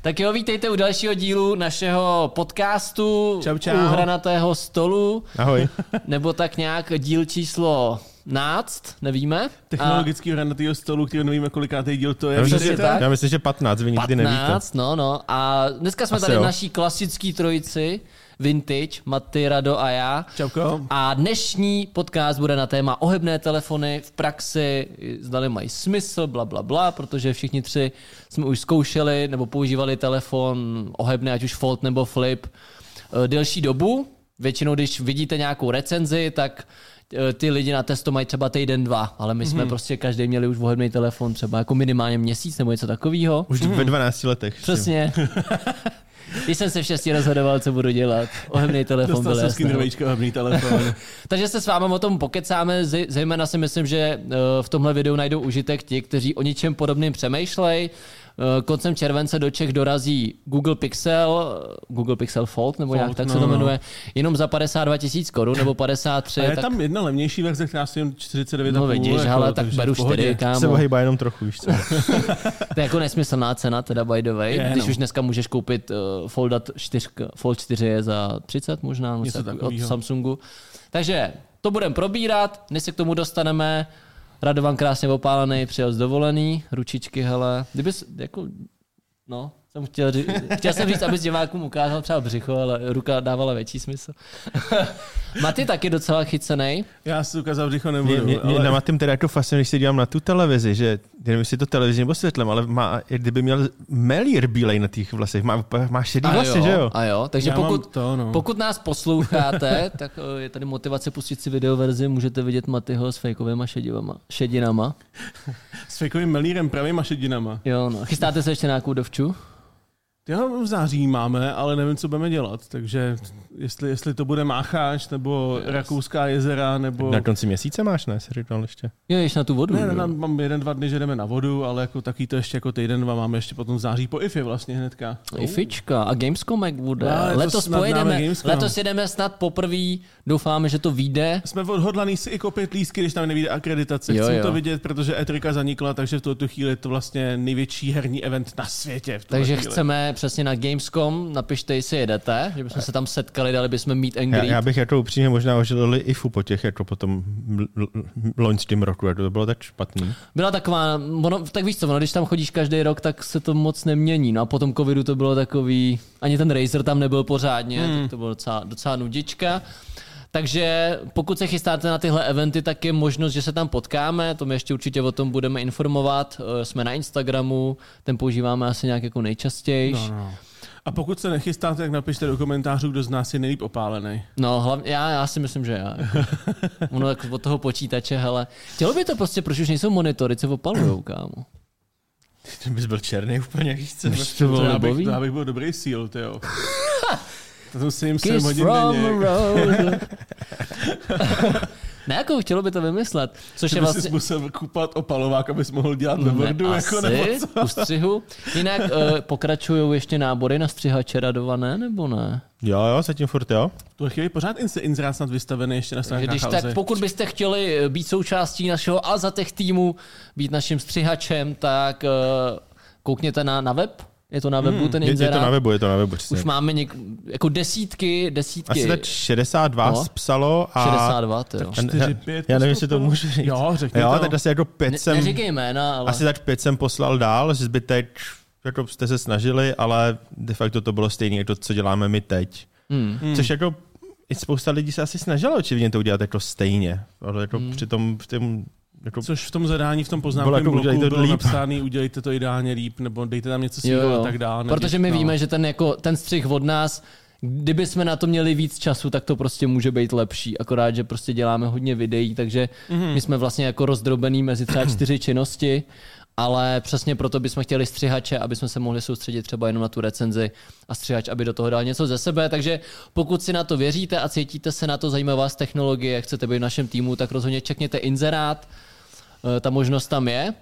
Tak jo, vítejte u dalšího dílu našeho podcastu Čau. U hranatého stolu. Ahoj. Nebo tak nějak díl číslo 15, nevíme. Technologický hranatýho stolu, který nevíme, kolikátý díl to je. Já myslím, že 15, vy nikdy 15, nevíte. no. A dneska jsme Asi tady jo. v naší klasický trojici, Vintage, Maty, Rado a já. Čauko. A dnešní podcast bude na téma ohebné telefony v praxi, zdali mají smysl, bla, protože všichni tři jsme už zkoušeli nebo používali telefon ohebný, ať už Fold nebo Flip, delší dobu. Většinou, když vidíte nějakou recenzi, tak ty lidi na testo mají třeba týden, 2, ale my jsme prostě každý měli už ohebný telefon třeba jako minimálně měsíc nebo něco takového. Už ve 12 letech. Přesně. Když jsem se v 6 rozhodoval, co budu dělat. Ohebný telefon byl Dostal jsem jasný. ohebný telefon. Takže se s vámi o tom pokecáme, zejména si myslím, že v tomhle videu najdou užitek ti, kteří o ničem podobným přemýšlejí. Koncem července do Čech dorazí Google Pixel Fold, nebo nějak tak se to jmenuje, jenom za 52 000 korun, nebo 53. A je tam jedna levnější verze, která stojí 49,5. No vidíš, ale tak beru 4, kámo. Se ohýbá jenom trochu, víš co. To je jako nesmyslná cena, teda by the way. Když už dneska můžeš koupit Fold 4 je za 30 možná od Samsungu. Takže to budeme probírat, než se k tomu dostaneme. Radovan krásně opálený, přijel z dovolený, ručičky, hele. Kdybys, jako, no, chtěl jsem říct, abys divákům ukázal třeba břicho, ale ruka dávala větší smysl. Maty taky docela chycenej. Já si ukázal břicho nebudu. Mě na Matym teda jako fascinuje, když se dívám na tu televizi, že nevím, jestli je to televizi nebo světlem, ale má, kdyby měl melír bílej na těch vlasech, má šedý vlasy, že jo? A jo, takže pokud nás posloucháte, tak je tady motivace pustit si videoverzi, můžete vidět Matyho s fejkovýma šedinama. S fejkovým melírem, pravýma šedinama. Jo, no. Chystáte se ještě na nějakou dovču? Jo, v září máme, ale nevím, co budeme dělat, takže jestli to bude Mácháč, nebo Rakouská jezera, nebo... Na konci měsíce máš, ne? Se říkal ještě. Jo, ještě na tu vodu. Ne, mám 1-2 dny, že jdeme na vodu, ale jako taky to ještě jako týden, 2 máme ještě potom v září po IFě vlastně hnedka. IFička a Gamescom jak bude. Letos jedeme snad poprvé, doufáme, že to vyjde. Jsme odhodlaný si i koupit lístky, když tam nevyjde akreditace. Chceme to vidět, protože E3 zanikla, takže v tuto chvíli je to vlastně největší herní event na světě. Takže chceme přesně na Gamescom, napište, jestli jedete, že bychom se tam setkali, dali bychom meet and greet. Já bych jako upřímně možná ožilili IFu po těch, jako potom loňském roku, jako to bylo tak špatný. Byla taková, tak víš co, když tam chodíš každý rok, tak se to moc nemění. No a po tom covidu to bylo takový, ani ten Razer tam nebyl pořádně, tak to bylo docela nudička. Takže pokud se chystáte na tyhle eventy, tak je možnost, že se tam potkáme, to my ještě určitě o tom budeme informovat. Jsme na Instagramu, ten používáme asi nějak jako nejčastěji. No. A pokud se nechystáte, tak napište do komentářů, kdo z nás je nejlíp opálený. No, hlavně já si myslím, že já. Jako. Ono tak od toho počítače, hele. Chtělo by to prostě, proč už nejsou monitory, co opalujou, kámo. Ty bys byl černý úplně, víš co? Já bych byl dobrý síl, tyjo. To musím Kiss hodin from denně. a rose. Ne, jako chtělo by to vymyslet. Což je vlastně... Jsi musel kupat opalovák, abys mohl dělat ve Wordu, jako nebo co? U střihu. Jinak pokračují ještě nábory na střihače radované, nebo ne? Jo, zatím furt jo. To chvíli pořád inzerát snad vystavený ještě na stránkách Alzy. Tak pokud byste chtěli být součástí našeho Alzatech týmu, být naším střihačem, tak koukněte na web. Je to na webu ten inzerát? Je to na webu. Už máme jako desítky. Asi tak 62 psalo a... 62, to jo. 4-5. Já nevím, jestli to můžu říct. Jo, řekni to. Tak asi jako 5 jsem... Neříkej jména, ale... Asi tak 5 jsem poslal dál, že zbytek jako jste se snažili, ale de facto to bylo stejné, jako to, co děláme my teď. Což jako i spousta lidí se asi snažilo očividně to udělat jako stejně. Ale jako při tom jako... Což v tom zadání, v tom poznámkovém bloku bylo napsáno, udělejte to ideálně líp, nebo dejte tam něco svýho a tak dále. Protože my víme, že ten střih od nás, kdyby jsme na to měli víc času, tak to prostě může být lepší. Akorát, že prostě děláme hodně videí, takže my jsme vlastně jako rozdrobený mezi třeba 4 činnosti, ale přesně proto bychom chtěli střihače, aby jsme se mohli soustředit třeba jenom na tu recenzi a střihač, aby do toho dal něco ze sebe. Takže pokud si na to věříte a cítíte se na to, zajímá vás technologie, chcete být v našem týmu, tak rozhodně čekněte inzerát. Ta možnost tam je.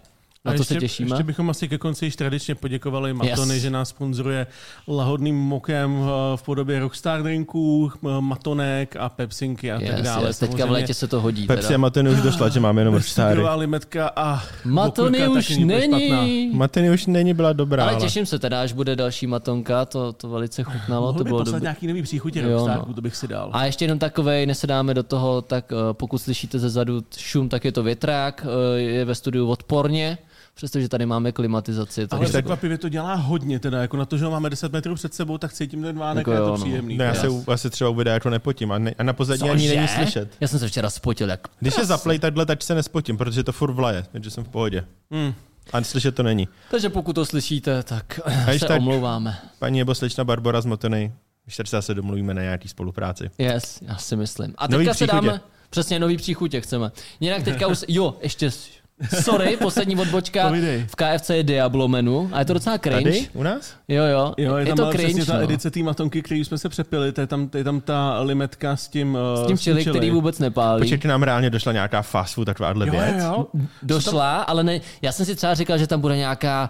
Na to se těšíme. Ještě bychom asi ke konci již tradičně poděkovali Matony, že nás sponzoruje lahodným mokem v podobě Rockstar drinků, matonek a pepsinky a tak dále. Teďka v létě se to hodí. Pepsi a Matony už došla, že máme jenom Rockstary. Limetka a Matony už není. Matony už není, byla dobrá. Ale těším se teda, až bude další matonka, to velice chutnalo. Mohl to bylo poslat nějaký nový příchutě Rockstarku, to bych si dal. A ještě jenom takovej, než se dáme do toho, tak pokud slyšíte zezadu šum, tak je to větrák, je ve studiu odporně. Přestože tady máme klimatizaci. Ale překvapivě to dělá hodně, teda jako na to, že ho máme 10 metrů před sebou, tak cítím ten vánek, jako je to příjemný. Ne, já se třeba u videa to nepotím a na pozadí ani není slyšet. Já jsem se včera spotil. Jak když se zaplej takhle, tak se nespotím, protože to furt vlaje, takže jsem v pohodě. A slyšet to není. Takže pokud to slyšíte, tak se omlouváme. Paní nebo slečna Barbora z Matony, když tady se domluvíme na nějaký spolupráci. Yes, já si myslím. A teďka se dáme, přesně nový příchutě chceme. Jinak teďka už, ještě sorry, poslední odbočka. V KFC je Diablo menu a je to docela cringe. Tady u nás? Jo, je to cringe. Přesně ta edice té matonky, který jsme se přepili, to je tam ta limetka s tím chili, který vůbec nepálí. Počkejte, nám reálně došla nějaká fast food takováhle věc. Jo. Došla, ale ne, já jsem si třeba říkal, že tam bude nějaká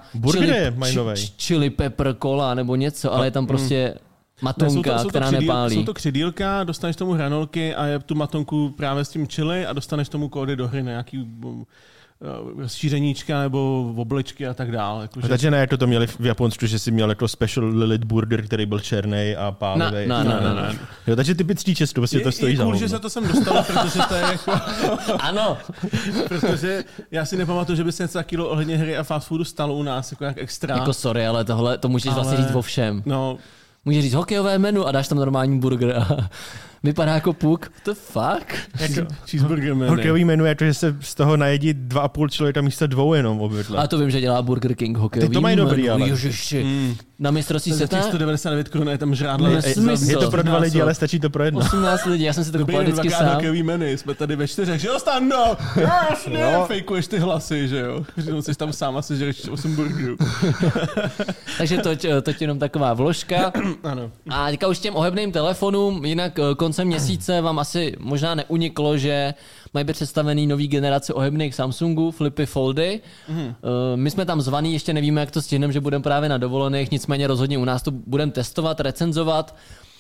chili pepper cola nebo něco, ale je tam prostě matonka, která nepálí. Jsou to křidílka, dostaneš tomu hranolky a je tu matonku právě s tím chili a dostaneš tomu kódy do hry na nějaký rozšířeníčka nebo obličky a tak dále. Takže ne, jako to měli v Japonsku, že si měl jako special Lilith burger, který byl černý a pálivý. Ne. Jo, takže typický Česko, prostě to stojí za cool, že se to sem dostalo, protože to je jako... Ano. Protože já si nepamatuju, že by se něco takového ohledně hry a fast foodu stalo u nás, jako jak extra. Jako sorry, ale tohle, to můžeš vlastně říct o všem. No. Můžeš říct hokejové menu a dáš tam normální burger a vypadá jako puk. What the fuck? Cheeseburger menu. Hokejový menu je to, že se z toho najedí 2,5 člověka místo 2 jenom obvykle. A to vím, že dělá Burger King hokejový. Ty to mají dobrý, ale. Na mistrovství světa. 199 korun je tam žrádlo. Je to pro 2 lidi, ale stačí to pro 1. 18 lidí, já jsem si to koupil vždycky sám. Hokejový menu, jsme tady ve 4, že jo, Stando? Jasně, fejkuješ ty hlasy, že jo. Jsi tam sám a sežereš 8 burgerů. Takže to jenom taková vložka. Ano. A teďka už těm ohebným telefonům, jinak koncem měsíce vám asi možná neuniklo, že mají být představený nový generace ohebných Samsungů, Flipy Foldy. My jsme tam zvaný, ještě nevíme, jak to stihneme, že budeme právě na dovolených, nicméně rozhodně u nás to budeme testovat, recenzovat.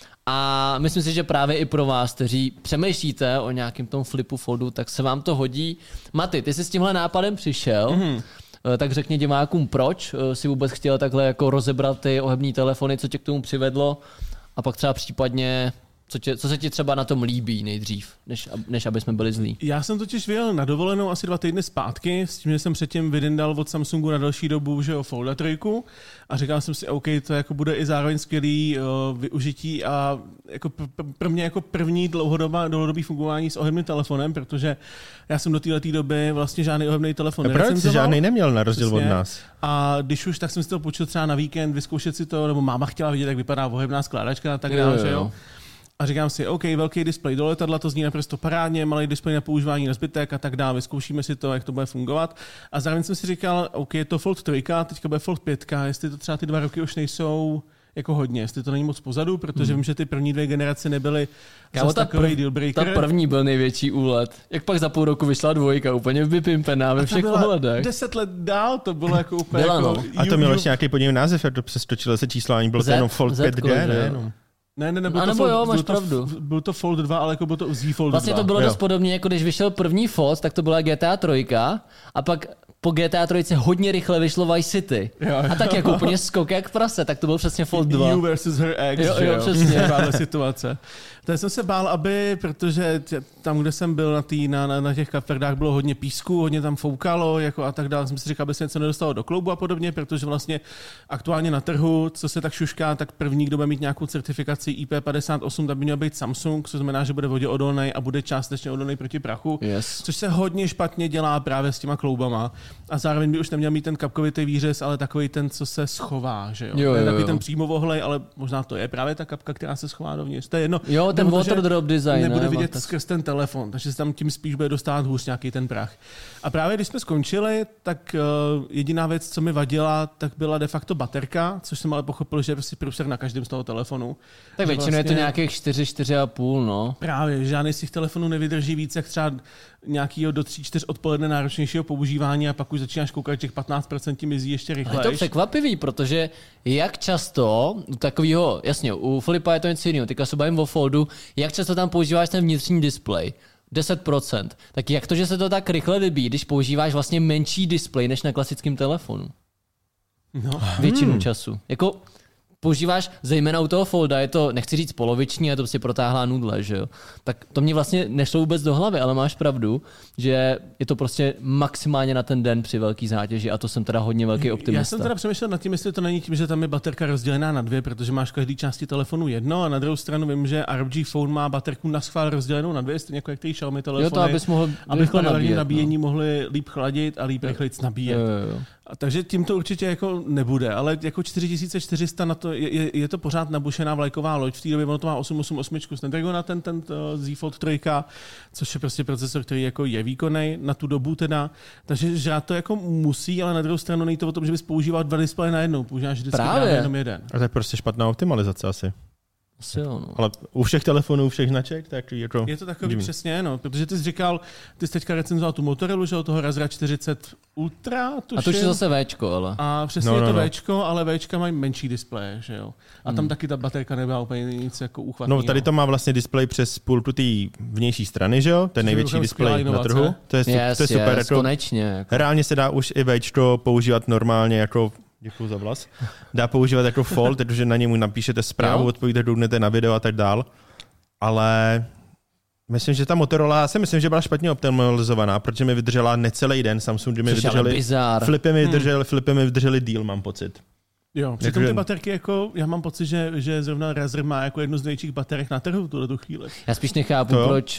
A myslím si, že právě i pro vás, kteří přemýšlíte o nějakém tom Flipu Foldu, tak se vám to hodí. Maty, ty jsi s tímhle nápadem přišel. Tak řekni divákům, proč si vůbec chtěl takhle jako rozebrat ty ohební telefony, co tě k tomu přivedlo a pak třeba případně, co se ti třeba na tom líbí nejdřív, než aby jsme byli zlí. Já jsem totiž vyjel na dovolenou asi 2 týdny zpátky, s tím, že jsem předtím vydendal od Samsungu na další dobu, že jo, Folda 3 a říkal jsem si, OK, to jako bude i zároveň skvělý využití a jako pro mě jako první dlouhodobý fungování s ohebným telefonem, protože já jsem do této doby vlastně žádný ohebný telefon nerecenzoval. Proč jsi žádný neměl na rozdíl od nás? A když už, tak jsem si to počul třeba na víkend, vyzkoušet si to, nebo máma chtěla vidět, jak vypadá ohebná skládačka a tak dále, že jo. A říkám si, OK, velký displej do letadla, to zní naprosto parádně, malý displej na používání na zbytek a tak dále, vyzkoušíme si to, jak to bude fungovat. A zároveň jsem si říkal, OK, je to Fold 3, teďka bude Fold 5, jestli to třeba ty 2 roky už nejsou jako hodně, jestli to není moc pozadu, protože vím, že ty první 2 generace nebyly zase takový dealbreaker. Ta první byl největší úlet. Jak pak za půl roku vyšla 2, úplně vypimpená ve všech ohledech. 10 let dál to bylo jako úplně byla, jako... No. A to mělo ještě nějaký podivný název, jak to přestočilo se číslo, ani bylo to jenom Fold 5G, ne? Ne, byl to Fold 2, ale jako byl to Z Fold 2. Vlastně to bylo dost podobně, jako když vyšel první Fold, tak to byla GTA 3 a pak po GTA 3 hodně rychle vyšlo Vice City. Jo. A tak jako úplně skok jak prase, tak to byl přesně Fold 2. You versus her ex, jo, přesně. situace. Tady jsem se bál, protože tam, kde jsem byl na těch kaferdách, bylo hodně písku, hodně tam foukalo jako a tak dále. Jsem si říkal, aby se něco nedostalo do kloubu a podobně, protože vlastně aktuálně na trhu, co se tak šušká, tak první, kdo bude mít nějakou certifikaci IP58, tak by měl být Samsung, což znamená, že bude voděodolný a bude částečně odolný proti prachu, což se hodně špatně dělá právě s těma kloubama. A zároveň by už neměl mít ten kapkovitý výřez, ale takový ten, co se schová, že jo. Takový ten přímovohlej, ale možná to je právě ta kapka, která se schová dovnitř. To je jedno. Jo, ten water drop design. Nebude vidět skrz ten telefon, takže se tam tím spíš bude dostávat hůř nějaký ten prach. A právě když jsme skončili, tak jediná věc, co mi vadila, tak byla de facto baterka, což jsem ale pochopil, že je prostě průser na každém z toho telefonu. Tak většinou vlastně, je to nějakých 4,5, no. Právě, žádný z těch telefonů nevydrží víc, jak třeba nějakého do 3-4 odpoledne náročnějšího používání a pak už začínáš koukat, že těch 15% mizí ještě rychleji. Ale je to překvapivý, protože jak často u takového, jasně, u Filipa je to něco jiného, teďka se bavím o Foldu, jak často tam používáš ten vnitřní displej? 10%. Tak jak to, že se to tak rychle vybíjí, když používáš vlastně menší displej než na klasickém telefonu? No. Většinu času. Jako používáš zejména u toho Folda, je to, nechci říct poloviční, je to prostě protáhlá nudle, že jo. Tak to mě vlastně nešlo vůbec do hlavy, ale máš pravdu, že je to prostě maximálně na ten den při velký zátěži a to jsem teda hodně velký optimista. Já jsem teda přemýšlel nad tím, jestli to není tím, že tam je baterka rozdělená na dvě, protože máš v každé části telefonu jedno a na druhou stranu vím, že ROG Phone má baterku na schvál rozdělenou na dvě, stejně jako některý Xiaomi telefony, jo, to abys mohl aby paralelní nabíjení mohli líp chladit a líp rychlejc nabíjet. Jo. A takže tím to určitě jako nebude, ale jako 4400 na to je to pořád nabušená vlajková loď. V té době ono to má 888 Snapdragona, ten Z Fold 3, což je prostě procesor, který jako je výkonný na tu dobu teda. Takže žrát to jako musí, ale na druhou stranu není to o tom, že bys používal dva displeje najednou. Používáš vždycky jenom jeden. A to je prostě špatná optimalizace asi. Asi jo, no. Ale u všech telefonů, u všech značek, tak jako... Je to takový přesně, no, protože ty jsi říkal, ty jsi teďka recenzoval tu Motorola, že od toho Razra 40 Ultra, tuším. A to už je zase Včko, ale. A přesně je to Včko, ale Včka mají menší displeje, že jo. A tam taky ta baterka nebyla úplně nic jako uchvatného. No tady to má vlastně displej přes půlku té vnější strany, že jo? Ten největší displej na trhu. To je super. Jako, konečně. Jako. Reálně se dá už i Včko používat normálně jako děkuju za vlas. Dá používat jako Fold, protože na němu napíšete zprávu, odpovíte, doudnete na video a tak dál. Ale myslím, že ta Motorola, já si myslím, že byla špatně optimalizovaná, protože mi vydržela necelý den, Samsungy mi vydrželi, Flipy mi vydrželi díl, mám pocit. Jo, přitom ty baterky, jako, já mám pocit, že zrovna Razer má jako jednu z největších baterek na trhu v tuhle chvíli. Já spíš nechápu, proč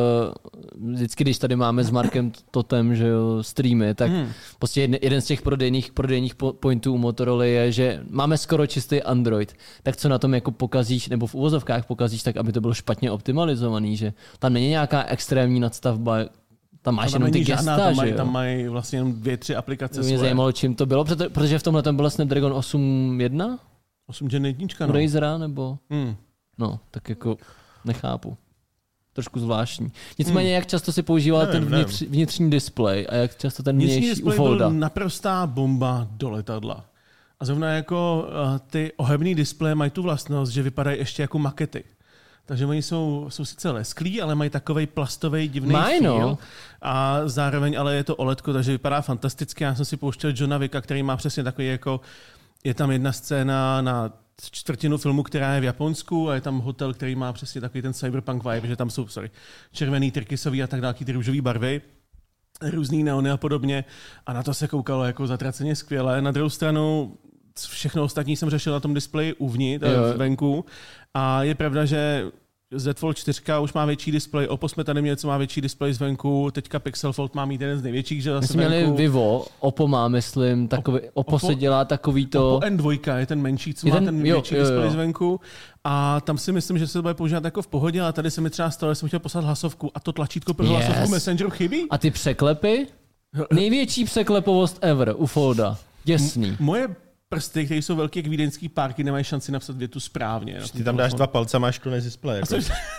vždycky, když tady máme s Markem Totem, že jo, streamy, tak prostě jeden z těch prodejních pointů u Motorola je, že máme skoro čistý Android. Tak co na tom jako pokazíš, nebo v uvozovkách pokazíš, tak aby to bylo špatně optimalizovaný, že tam není nějaká extrémní nadstavba. Tam máš jenom ty gesta, že jo? Tam mají vlastně jenom 2-3 aplikace. Mě zajímalo, čím to bylo, protože v tomhle tam byl Snapdragon 8.1? 8.1, no. U Razera, nebo? No, tak jako nechápu. Trošku zvláštní. Nicméně, jak často si používal ten vnitřní displej a jak často ten vnější u Folda? Byl naprostá bomba do letadla. A zrovna jako ty ohebný displeje mají tu vlastnost, že vypadají ještě jako makety. Takže oni jsou sice lesklí, ale mají takovej plastový divný feel. A zároveň ale je to OLEDko, takže vypadá fantasticky. Já jsem si pouštěl Johna Wicka, který má přesně takový jako... Je tam jedna scéna na čtvrtinu filmu, která je v Japonsku a je tam hotel, který má přesně takový ten cyberpunk vibe, že tam jsou červený, tyrkysový a tak dále, ty růžový barvy, různý neony a podobně. A na to se koukalo jako zatraceně skvěle. Na druhou stranu všechno ostatní jsem řešil na tom displeji uvnitř, venku. A je pravda, že Z Fold 4 už má větší displej, Oppo jsme tady měli, co má větší displej zvenku, teďka Pixel Fold má mít jeden z největších, že zase venku. My jsme měli Vivo, Oppo má, myslím, takový, Oppo se dělá takový to... Oppo N2 je ten menší, co má ten větší displej zvenku. A tam si myslím, že se to bude používat jako v pohodě, ale tady se mi třeba stalo, že jsem chtěl poslat hlasovku a to tlačítko pro hlasovku Messengeru chybí. A ty překlepy? Největší překlepovost ever u Folda. Jasný. Moje prsty, které jsou velké jak vídeňský párky, nemají šanci napsat větu správně. Ty tam dáš 2 palce a máš konec displeje. Jako.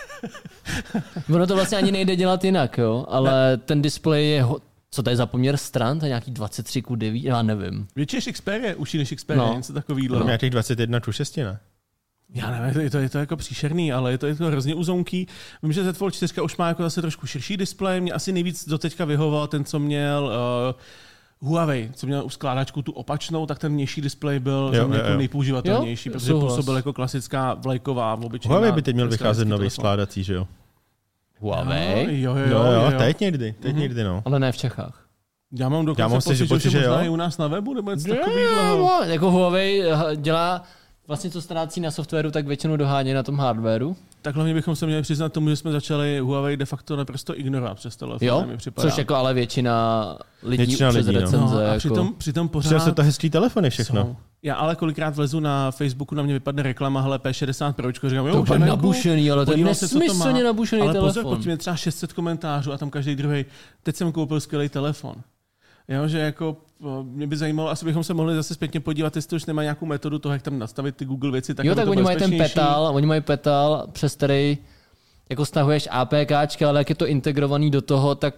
Ono to vlastně ani nejde dělat jinak, jo? Ale ten displej je... Co to je za poměr stran? To je nějaký 23:9? Já nevím. Větší než Xperia, užší než Xperia, něco takového. No. Nějakých 21:6, ne? Já nevím, je to jako příšerný, ale je to hrozně uzonký. Vím, že Z Fold 4 už má jako zase trošku širší displej. Mě asi nejvíc doteďka vyhovoval ten, co měl... Huawei, co měl u skládačku tu opačnou, tak ten vnější displej byl jako nejpoužívatelnější, protože působil jako klasická vlajková obyčejná. Huawei by teď měl vycházet nový skládací, že jo? Huawei? Jo, teď někdy, no. Ale ne v Čechách. Já mám dokonce pocit, že možná i u nás na webu, nebo něco takového. Jako Huawei dělá vlastně co ztrácí na softwaru, tak většinou doháně na tom hardwaru. Tak hlavně bychom se měli přiznat tomu, že jsme začali Huawei de facto naprosto ignorovat přes telefon. Jo, což jako ale většina lidí přes recenze. No. A přitom pořád... jsou to hezký telefony všechno. Jsou. Já ale kolikrát vlezu na Facebooku, na mě vypadne reklama, hele P60 Pročko, říkám, to je nabušený, ale to je nesmyslně nabušený telefon. Ale pozor, pod mě třeba 600 komentářů a tam každý druhý. Teď jsem koupil skvělý telefon. Jo, že jako mě by zajímalo, asi bychom se mohli zase zpětně podívat, jestli to už nemá nějakou metodu toho, jak tam nastavit ty Google věci. Tak jo, tak oni mají petal, přes který jako stahuješ APKčky, ale jak je to integrovaný do toho, tak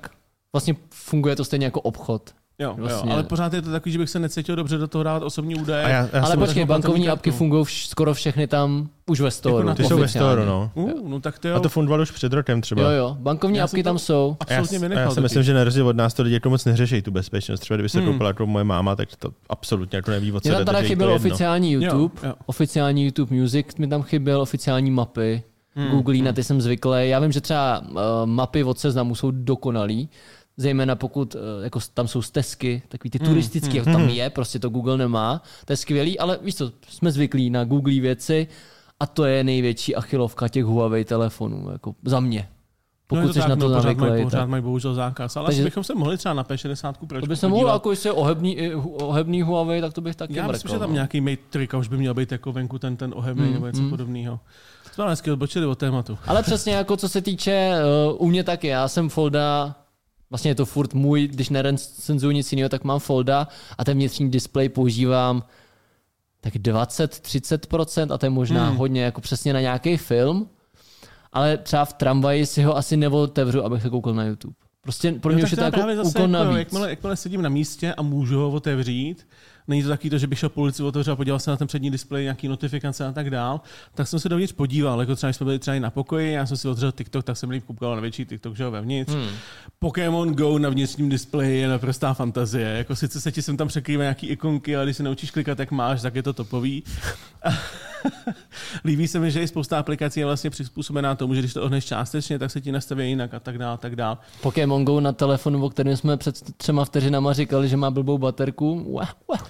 vlastně funguje to stejně jako obchod. Jo, ale pořád je to takový, že bych se necítil dobře do toho dávat osobní údaje. Ale počkej, bankovní apky fungují skoro všechny tam už ve storu. Ty jsou ve storu, no. No tak to jo. A to fungovalo už před rokem třeba. Jo, bankovní apky tam jsou. Absolutně vynechal. Já si myslím, že na rozdíl od nás to lidi jako moc neřeší tu bezpečnost. Třeba kdyby se koupila jako moje máma, tak to absolutně jako neví, o co jde. Tam teda chyběl oficiální YouTube, oficiální YouTube Music, mi tam chyběl oficiální mapy. Google, na ty jsem zvyklý. Já vím, že třeba mapy od Seznamu jsou dokonalý, zejména pokud jako tam jsou stezky, takový ty turistický, jako tam je, prostě to Google nemá, to je skvělý, ale víš co, jsme zvyklí na Google věci a to je největší achilovka těch Huawei telefonů, jako za mě. Pokud jsi na to navyklý. Pořád mají bohužel zákaz, ale asi bychom se mohli třeba na P60 proč to by se mohlo, jako jestli je ohebný Huawei, tak to bych taky mrkal. Já myslím, že tam nějaký Mate 3 už by měl být jako venku ten ohebný nebo něco podobného. Jsme hezky odbočili od tématu. Ale přesně jako co se týče, u mě taky, já jsem Folda, vlastně je to furt můj, když nerecenzuju nic jiného, tak mám Folda a ten vnitřní displej používám tak 20-30% a to je možná hodně jako přesně na nějaký film, ale třeba v tramvaji si ho asi neotevřu, abych se koukal na YouTube. Prostě pro mě už je to jako úkon navíc. Jakmile sedím na místě a můžu ho otevřít, není to taky to, že bych šel po ulici, otevřel a podíval se na ten přední displej, nějaký notifikace a tak dál, tak jsem se dovnitř podíval, jako třeba jsme byli třeba na pokoji, já jsem si otevřel TikTok, tak jsem líp koukal na větší TikTok, že jo, vevnitř. Pokémon Go na vnitřním displeji je naprostá fantazie, jako sice se ti sem tam překrývají nějaký ikonky, ale když se naučíš klikat, jak máš, tak je to topový. Líbí se mi, že i spousta aplikací je vlastně přizpůsobená tomu, že když to ohneš částečně, tak se ti nastaví jinak a tak dál. Pokémon Go na telefonu, o kterém jsme před 3 vteřinama říkali, že má blbou baterku.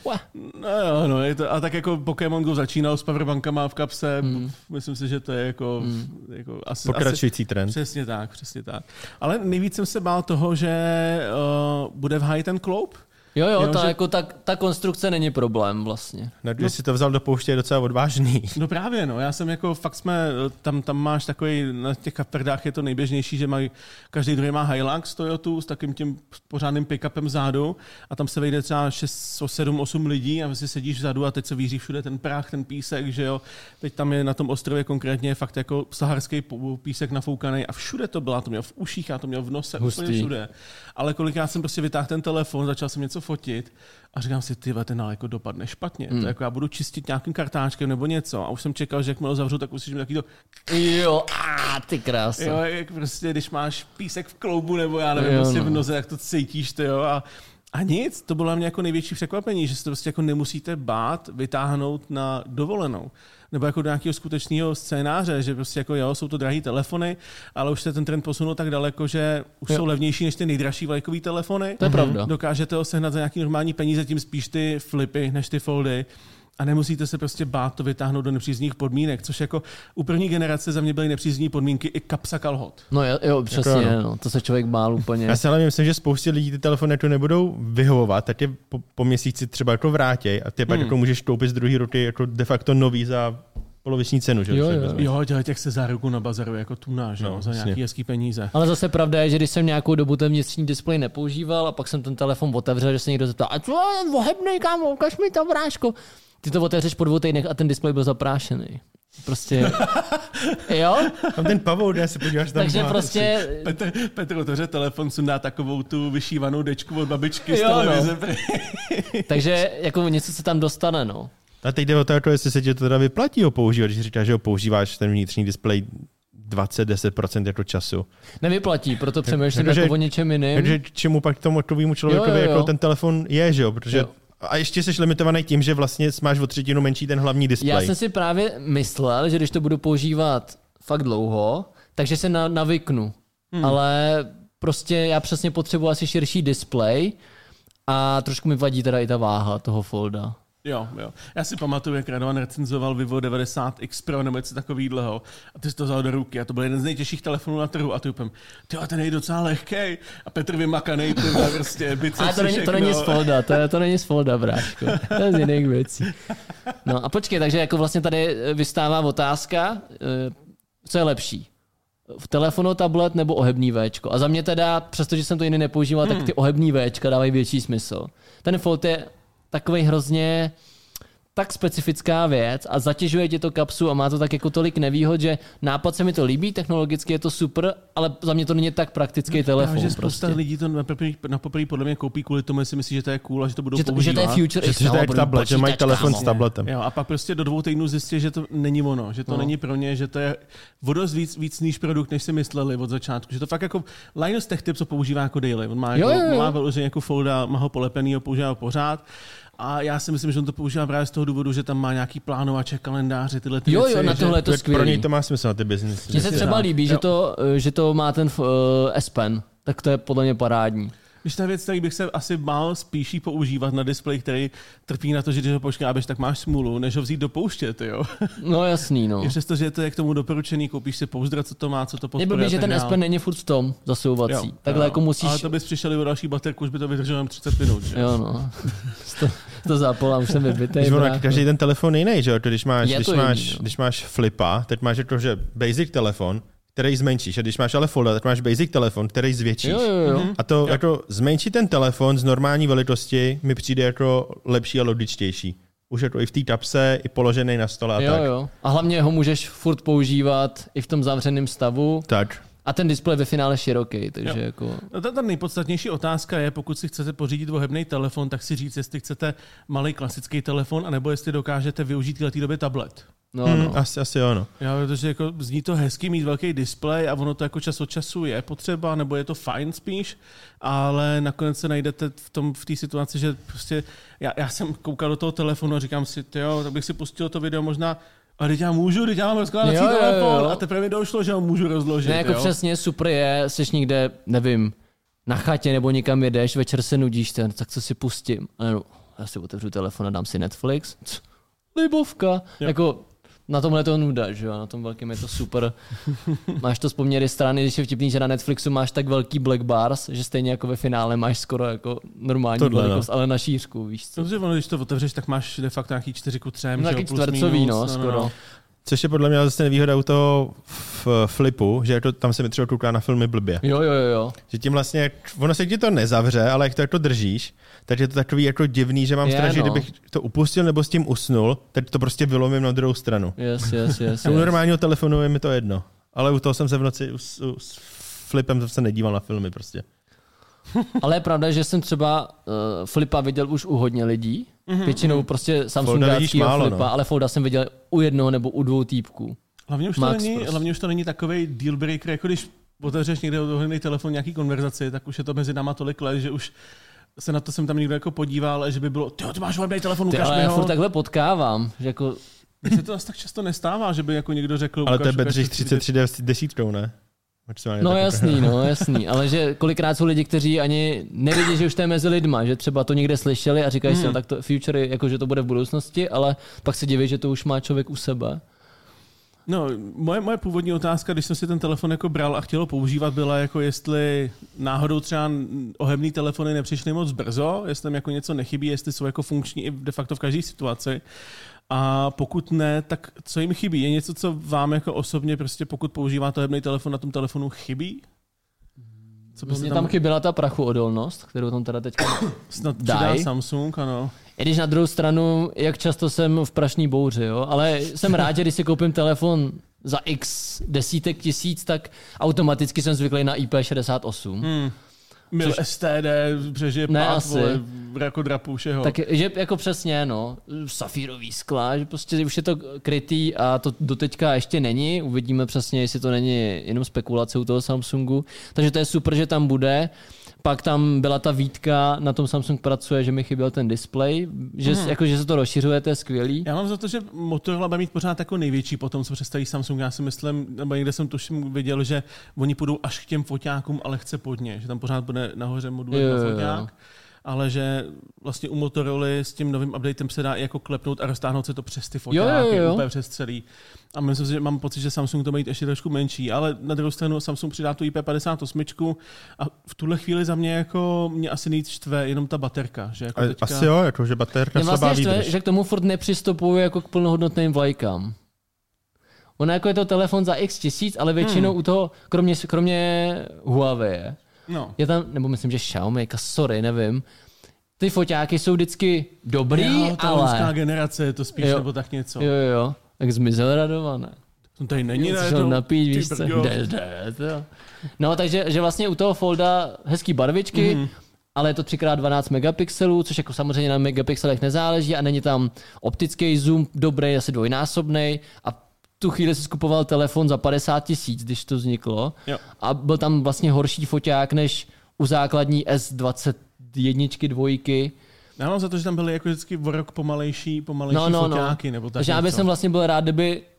No, je to, a tak jako Pokémon Go začínal s powerbankama v kapse, myslím si, že to je jako asi pokračující trend. Přesně tak. Ale nejvíc jsem se bál toho, že bude v háji ten kloup. Jo, ta konstrukce není problém vlastně. Když si to vzal do pouště, je docela odvážný. No právě, já jsem jako, fakt tam máš takový, na těch kaperdách je to nejběžnější, že každý druhý má Hilux Toyotu s takým tím pořádným pick-upem vzadu a tam se vejde třeba 6, 7, 8 lidí a si sedíš vzadu a teď se víří všude ten prach, ten písek, že jo. Teď tam je na tom ostrově konkrétně fakt jako saharský písek nafoukaný a všude to bylo, to měl v uších, já to měl v nose, úplně všude. Ale kolikrát jsem prostě vytáhl ten telefon, začal jsem něco fotit a říkám si, ten jako dopadne špatně. To jako já budu čistit nějakým kartáčkem nebo něco a už jsem čekal, že jakmile zavřu, tak uslyším taky to. Jo, ty krása. Jo, jak prostě, když máš písek v kloubu nebo já nevím, prostě v noze, jak to cítíš, ty jo. A nic, to bylo na mě jako největší překvapení, že se to prostě jako nemusíte bát vytáhnout na dovolenou. Nebo jako do nějakého skutečného scénáře, že prostě jako jsou to drahý telefony, ale už se ten trend posunul tak daleko, že už jsou levnější než ty nejdražší vlajkový telefony. To je pravda. Dokážete ho sehnat za nějaký normální peníze, tím spíš ty flipy než ty foldy. A nemusíte se prostě bát to vytáhnout do nepříznivých podmínek, což jako u první generace za mě byly nepříznivé podmínky i kapsa kalhot. No jo, přesně, to se člověk bál úplně. Já si ale myslím, že spoustě lidí ty telefony to nebudou vyhovovat, tak je po měsíci třeba jako vrátí a ty pak jako můžeš koupit z druhé ruky jako de facto nový za poloviční cenu. Že? Jo, těch se záruku na bazaru jako tuna, že? Za nějaký hezký peníze. Ale zase pravda je, že když jsem nějakou dobu ten vnitřní displej nepoužíval a pak jsem ten telefon otevřel, že se někdo zeptal, a co je vohebnej, kámo, ukaž mi to, bráško. Ty to otevřeš po 2 týdnech a ten displej byl zaprášený. Prostě, jo? Tam ten pavout, já se podíváš tam. Takže prostě... Petr otevře telefon, sundá takovou tu vyšívanou dečku od babičky z televize. Takže jako něco se tam dostane, no. A teď jde o to, jestli se ti to teda vyplatí ho používat, když říkáš, že ho používáš ten vnitřní displej 20-10% jako času. Nevyplatí, proto přemýšlím jako o něčem jiným. Takže čemu pak tomu takovému člověkovi jako ten telefon je, že jo? Protože a ještě jsi limitovaný tím, že vlastně máš o 1/3 menší ten hlavní displej. Já jsem si právě myslel, že když to budu používat fakt dlouho, takže se navyknu. Ale prostě já přesně potřebuji asi širší displej a trošku mi vadí teda i ta váha toho folda. Jo. Já si pamatuju, jak Radovan recenzoval Vivo 90X Pro nebo něco takovýhleho a ty jsi to vzal do ruky a to byl jeden z nejtěžších telefonů na trhu a ty úplně, ten je docela lehkej a Petr vymakanej, prostě bicepsy všechno. To není z folda, to není z folda, bráško. To je z jiných věcí. No a počkej, takže jako vlastně tady vystává otázka, co je lepší? V telefonu, tablet nebo ohebný Včko. A za mě teda, přestože jsem to jiný nepoužíval, tak ty ohebný Včka dávají větší smysl. Ten fold je takovej hrozně tak specifická věc a zatěžuje ti to kapsu a má to tak jako tolik nevýhod, že nápad se mi to líbí, technologicky je to super, ale za mě to není tak praktický telefon. Že spousta lidí to na poprvé podle mě koupí kvůli tomu, jestli myslí, že to je cool a že to budou používat. Že to je future, že to je tablet, že mají telefon s tabletem. Jo, a pak prostě do 2 týdnů zjistí, že to není ono, že to není pro ně, že to je vodost víc níž produkt, než si mysleli od začátku. Že to fakt jako Linus Tech Tips, co používá jako daily. On má vyloženě jako folda, má ho polepenýho, používá ho pořád. A já si myslím, že on to používá právě z toho důvodu, že tam má nějaký plánovače, kalendáře, tyhle ty věci. Jo, na tohle je to skvělý. Pro něj to má smysl na ty business. Mně se třeba líbí, že to má ten S Pen, tak to je podle mě parádní. Když ta věc, který bych se asi mal spíš používat na displeji, který trpí na to, že když ho poškrábeš, tak máš smůlu, než ho vzít do pouště, jo. No jasný, no. I přesto, že to je k tomu doporučený, koupíš si pouzdra, co to má, co to podporuje. Nebyl že ten S Pen není furt v tom zasouvací. Takhle jako musíš... Ale to bys přišel o další baterku, už by to vydrželo 30 minut, že? Jo, no. to zapolám, už jsem vybitej. Každý ten telefon je jiný, že jo? Když máš flipa, teď máš jako, že basic telefon, který zmenšíš. A když máš ale folda, tak máš basic telefon, který zvětšíš. Jo. A to jako zmenšit ten telefon z normální velikosti mi přijde jako lepší a logičtější. Už jako i v té tapse, i položený na stole a tak. Jo. A hlavně ho můžeš furt používat i v tom zavřeném stavu. Tak. A ten displej ve finále široký, takže jako... No, ta nejpodstatnější otázka je, pokud si chcete pořídit ohebný telefon, tak si říct, jestli chcete malý klasický telefon, anebo jestli dokážete využít v té době tablet. No. Asi jo, no. Jo, protože jako zní to hezky mít velký displej a ono to jako čas od času je potřeba, nebo je to fajn spíš, ale nakonec se najdete v té situaci, že prostě já jsem koukal do toho telefonu a říkám si, jo, tak bych si pustil to video možná. A teď já mám rozkládací telefon a teprve mi došlo, že ho můžu rozložit. Ne, jako přesně super je, jsi někde, nevím, na chatě nebo někam jedeš, večer se nudíš, tak co si pustím? No, já si otevřu telefon a dám si Netflix. Libovka. Jako na tomhle to nuda, že jo, na tom velkém je to super. Máš to z poměry strany, když je vtipný, že na Netflixu máš tak velký black bars, že stejně jako ve finále máš skoro jako normální velikost, ale na šířku, víš co. Protože když to otevřeš, tak máš de facto nějaký 4:3. No, taky čtvercový, no, skoro. No. Což je podle mě zase nevýhoda u toho flipu, že to, tam se mi třeba kouká na filmy blbě. Jo. Že tím vlastně, ono se ti to nezavře, ale jak to jako držíš, tak je to takový jako divný, že mám strach, že kdybych to upustil nebo s tím usnul, tak to prostě vylomím na druhou stranu. Yes. U normálního telefonu je mi to jedno. Ale u toho jsem se v noci s flipem se nedíval na filmy prostě. Ale je pravda, že jsem třeba flipa viděl už u hodně lidí. Většinou prostě Samsungáckýho flipa, no. Ale folda jsem viděl u jednoho nebo u 2 týpků. Hlavně už to není takovej deal breaker, jako když otevřeš někde odholený telefon nějaký konverzaci, tak už je to mezi náma tolik let, že už se na to jsem tam někdo jako podíval, že by bylo, ty máš webnej telefon, ukaž mi ho. Já furt takhle potkávám, že jako... Mně se to asi tak často nestává, že by jako někdo řekl... Ale to je Bedřich 33 desítkou, ne? No jasný, ale že kolikrát jsou lidi, kteří ani nevědí, že už to je mezi lidma, že třeba to někde slyšeli a říkají si, no tak to future, jako že to bude v budoucnosti, ale pak se diví, že to už má člověk u sebe. No, moje původní otázka, když jsem si ten telefon jako bral a chtěl ho používat, byla jako jestli náhodou třeba ohebný telefony nepřišly moc brzo, jestli tam jako něco nechybí, jestli jsou jako funkční i de facto v každé situaci. A pokud ne, tak co jim chybí? Je něco, co vám jako osobně prostě pokud používáte ohebný telefon na tom telefonu chybí? Mně tam chyběla ta prachuodolnost, kterou tam teda teďka snad přidá Samsung, ano. I když na druhou stranu, jak často jsem v prašní bouři, jo? Ale jsem rád, že když si koupím telefon za x desítek tisíc, tak automaticky jsem zvyklý na IP68. Mil STD, přežije pát, vole, jako drapu všeho. Tak že jako přesně, no, safírový skla, že prostě už je to krytý a to doteďka ještě není. Uvidíme přesně, jestli to není jenom spekulace u toho Samsungu. Takže to je super, že tam bude. Pak tam byla ta výtka, na tom Samsung pracuje, že mi chyběl ten displej, že, jako, že se to rozšiřuje, to je skvělý. Já mám za to, že Motorola bude mít pořád jako největší potom, co představí Samsung. Já si myslím, nebo někde jsem tuším viděl, že oni půjdou až k těm foťákům, ale chce podně, že tam pořád bude nahoře modul na foťák. Ale že vlastně u Motorola s tím novým updatem se dá i jako klepnout a roztáhnout se to přes ty foťáky, úplně přes celý. A myslím si, že mám pocit, že Samsung to má jít ještě trošku menší, ale na druhou stranu Samsung přidá tu IP58 a v tuhle chvíli za mě jako mě asi nejvíc štve jenom ta baterka. Že jako teďka... Asi jo, jako, že baterka slabá výdrž. Štve, že k tomu furt nepřistupuju jako k plnohodnotným vlajkám. Ono jako je to telefon za x tisíc, ale většinou u toho, kromě Huawei, je tam, nebo myslím, že Xiaomi, sorry, nevím, ty foťáky jsou vždycky dobrý, jo, ta ale... lidská generace je to spíš nebo tak něco. Jo. Tak zmizel radované. To tady není najednou. Napít, víš co? No, takže že vlastně u toho Folda hezký barvičky, ale je to 3x12 megapixelů, což jako samozřejmě na megapixelech nezáleží a není tam optický zoom dobrý, asi dvojnásobnej a tu chvíli si skupoval telefon za 50 000, když to vzniklo. Jo. A byl tam vlastně horší foťák než u základní S21 dvojky. Já mám za to, že tam byly jako vždycky o rok pomalejší foťáky. Nebo tak takže já bych jsem vlastně byl rád,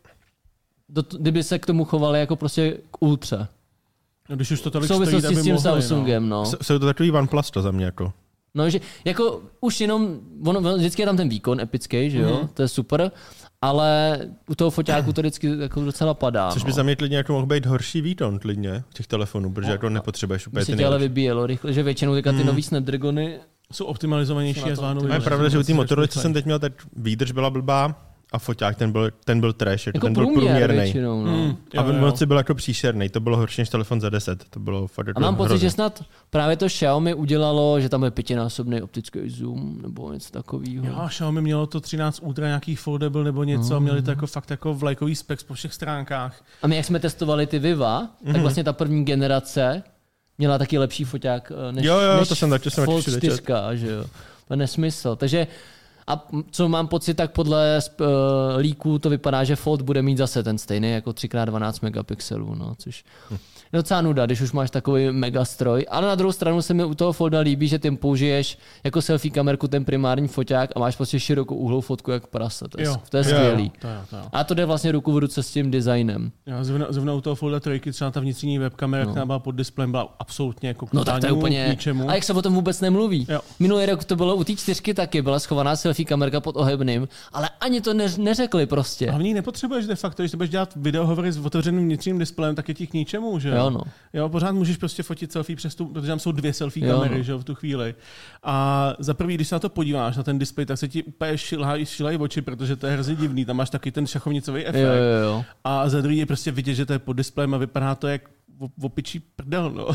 kdyby se k tomu chovali jako prostě k ultra. No, když už to tolik v souvislosti stojí, s tím Samsungem, no. Jsou to takový OnePlus to za mě jako. No, že jako už jenom, vždycky je tam ten výkon epický, že jo, to je super, ale u toho foťáku to vždycky jako docela padá. Což by za mě klidně jako mohl být horší výkon klidně těch telefonů, protože jako nepotřebuješ úplně ty nejlepší. Ale vybíjelo rychle, že většinou teďka ty nový Snapdragony jsou optimalizovanější a zvládnou. Je pravda, že u té Motorola, co jsem teď měl, tak výdrž byla blbá a foťák ten byl trash, jako ten byl průměrný. Většinou, no. A v noci byl jako příšerný, to bylo horší než telefon za 10. To bylo fakt jako a mám pocit, že snad právě to Xiaomi udělalo, že tam je 5násobný optický zoom nebo něco takového. Jo, Xiaomi mělo to 13 Ultra, nějaký foldable nebo něco, a měli to jako fakt jako vlajkový specs po všech stránkách. A my jak jsme testovali ty Viva, tak vlastně ta první generace měla taky lepší foťák než, než to jsem Fold 4, že jo. To je nesmysl. Takže a co mám pocit, tak podle líků to vypadá, že Fold bude mít zase ten stejný jako 3x12 megapixelů, no, což je docela nuda, když už máš takový megastroj. Ale na druhou stranu se mi u toho Folda líbí, že ty použiješ jako selfie kamerku ten primární foťák a máš prostě širokou úhlou fotku jak prase. To je skvělý. Jo. A to jde vlastně ruku v ruce s tím designem. Zrovna u toho Folda 3 třeba ta vnitřní webkamera, která byla pod displejem, byla absolutně jako no tak to je úplně ničemu. A jak se o tom vůbec nemluví. Jo. Minulý rok to bylo u té 4 taky, byla schovaná selfie kamerka pod ohebným, ale ani to neřekli prostě. A v ní nepotřebuješ de facto, když budeš dělat videohovory s otevřeným vnitřním displejem, tak je ti k ničemu, že jo? No. Jo, pořád můžeš prostě fotit selfie protože tam jsou 2 selfie kamery, že jo, v tu chvíli. A za prvý, když se na to podíváš, na ten displej, tak se ti úplně šilají oči, protože to je hrozně divný, tam máš taky ten šachovnicový efekt. Jo. A za druhý je prostě vidět, že to je pod displejem a vypadá to jak opičí prdel, no.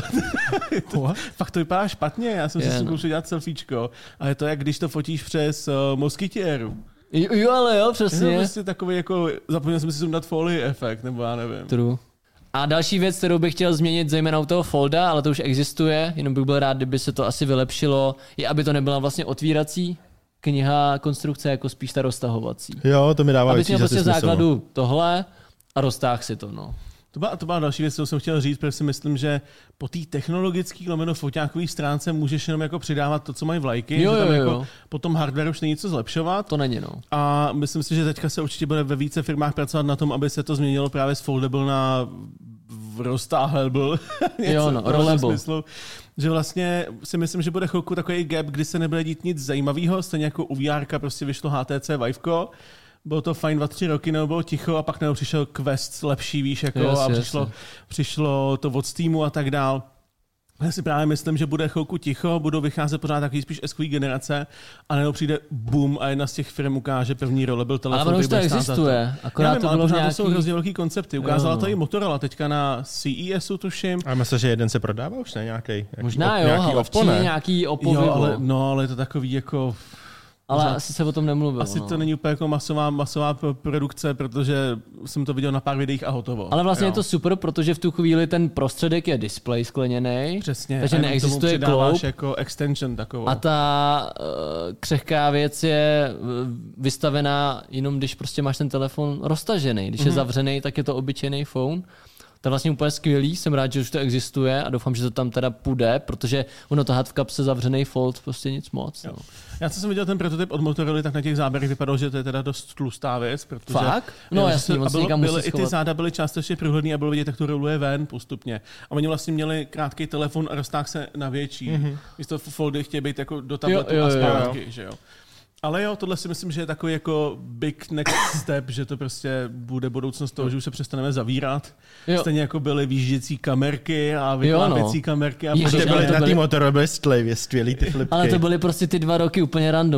Fakt to vypadá špatně, já jsem si zkoušel dělat selfiečko a je to jak když to fotíš přes Moskytiéru. Jo, ale jo, přesně. Je to prostě takový jako, zapomněl jsem si sundat folii efekt, nebo já nevím. True. A další věc, kterou bych chtěl změnit zejména u toho Folda, ale to už existuje, jenom bych byl rád, kdyby se to asi vylepšilo, je, aby to nebyla vlastně otvírací kniha, konstrukce, jako spíš ta roztahovací. Jo, to mi dává aby měl prostě v základu tohle a roztáh si to, no. To byla další věc, kterou jsem chtěl říct, protože si myslím, že po té technologické foťákové stránce můžeš jenom jako přidávat to, co mají vlajky, že tam jako po tom hardware už není co zlepšovat. To není, no. A myslím si, že teďka se určitě bude ve více firmách pracovat na tom, aby se to změnilo právě z foldable na roztáhlable. rollable. Smyslu, že vlastně si myslím, že bude chvilku takový gap, kdy se nebude dít nic zajímavého, stejně jako u VR prostě vyšlo HTC Viveko. Bylo to fajn 2-3 roky, nebo bylo ticho a pak nebo přišel Quest lepší, víš, jako a přišlo to od Steamu a tak dál. Já si právě myslím, že bude chvilku ticho, budou vycházet pořád takový spíš SQ generace a nebo přijde boom a jedna z těch firm ukáže první rollable telefon. Ale už to existuje, akorát to bylo nějaký... to jsou hrozně velký koncepty. Ukázala to i Motorola teďka na CESu, tuším. A myslím, že jeden se prodává už, ne? Nějaký možná ale v Číně nějaký Oppo ale je to takový jako... Ale asi se o tom nemluvilo. Asi to není úplně jako masová produkce, protože jsem to viděl na pár videích a hotovo. Ale vlastně je to super, protože v tu chvíli ten prostředek je displej skleněný. Přesně. Takže neexistuje kloub. Jako extension takovou. A ta křehká věc je vystavená jenom, když prostě máš ten telefon roztažený. Když je zavřený, tak je to obyčejný phone. To je vlastně úplně skvělý, jsem rád, že už to existuje a doufám, že to tam teda půjde, protože ono to v kapse zavřený Fold prostě nic moc. No. Já co jsem viděl ten prototyp od Motorola, tak na těch záběrech vypadalo, že to je teda dost tlustá věc. Protože, fakt? No jasně, moc někam musí schovat. I ty záda byly částečně průhledný a bylo vidět, jak to roluje ven postupně. A oni vlastně měli krátký telefon a roztáhl se na větší. Místo Foldy chtějí být jako do tabletu a zpátky, že jo. Ale jo, tohle si myslím, že je takový jako big next step, že to prostě bude budoucnost toho, že už se přestaneme zavírat. Stejně jako byly výjížděcí kamerky a vyplápěcí kamerky. A byly na té Motorola byly skvělý ty flipky. Ale to byly prostě ty 2 roky úplně random.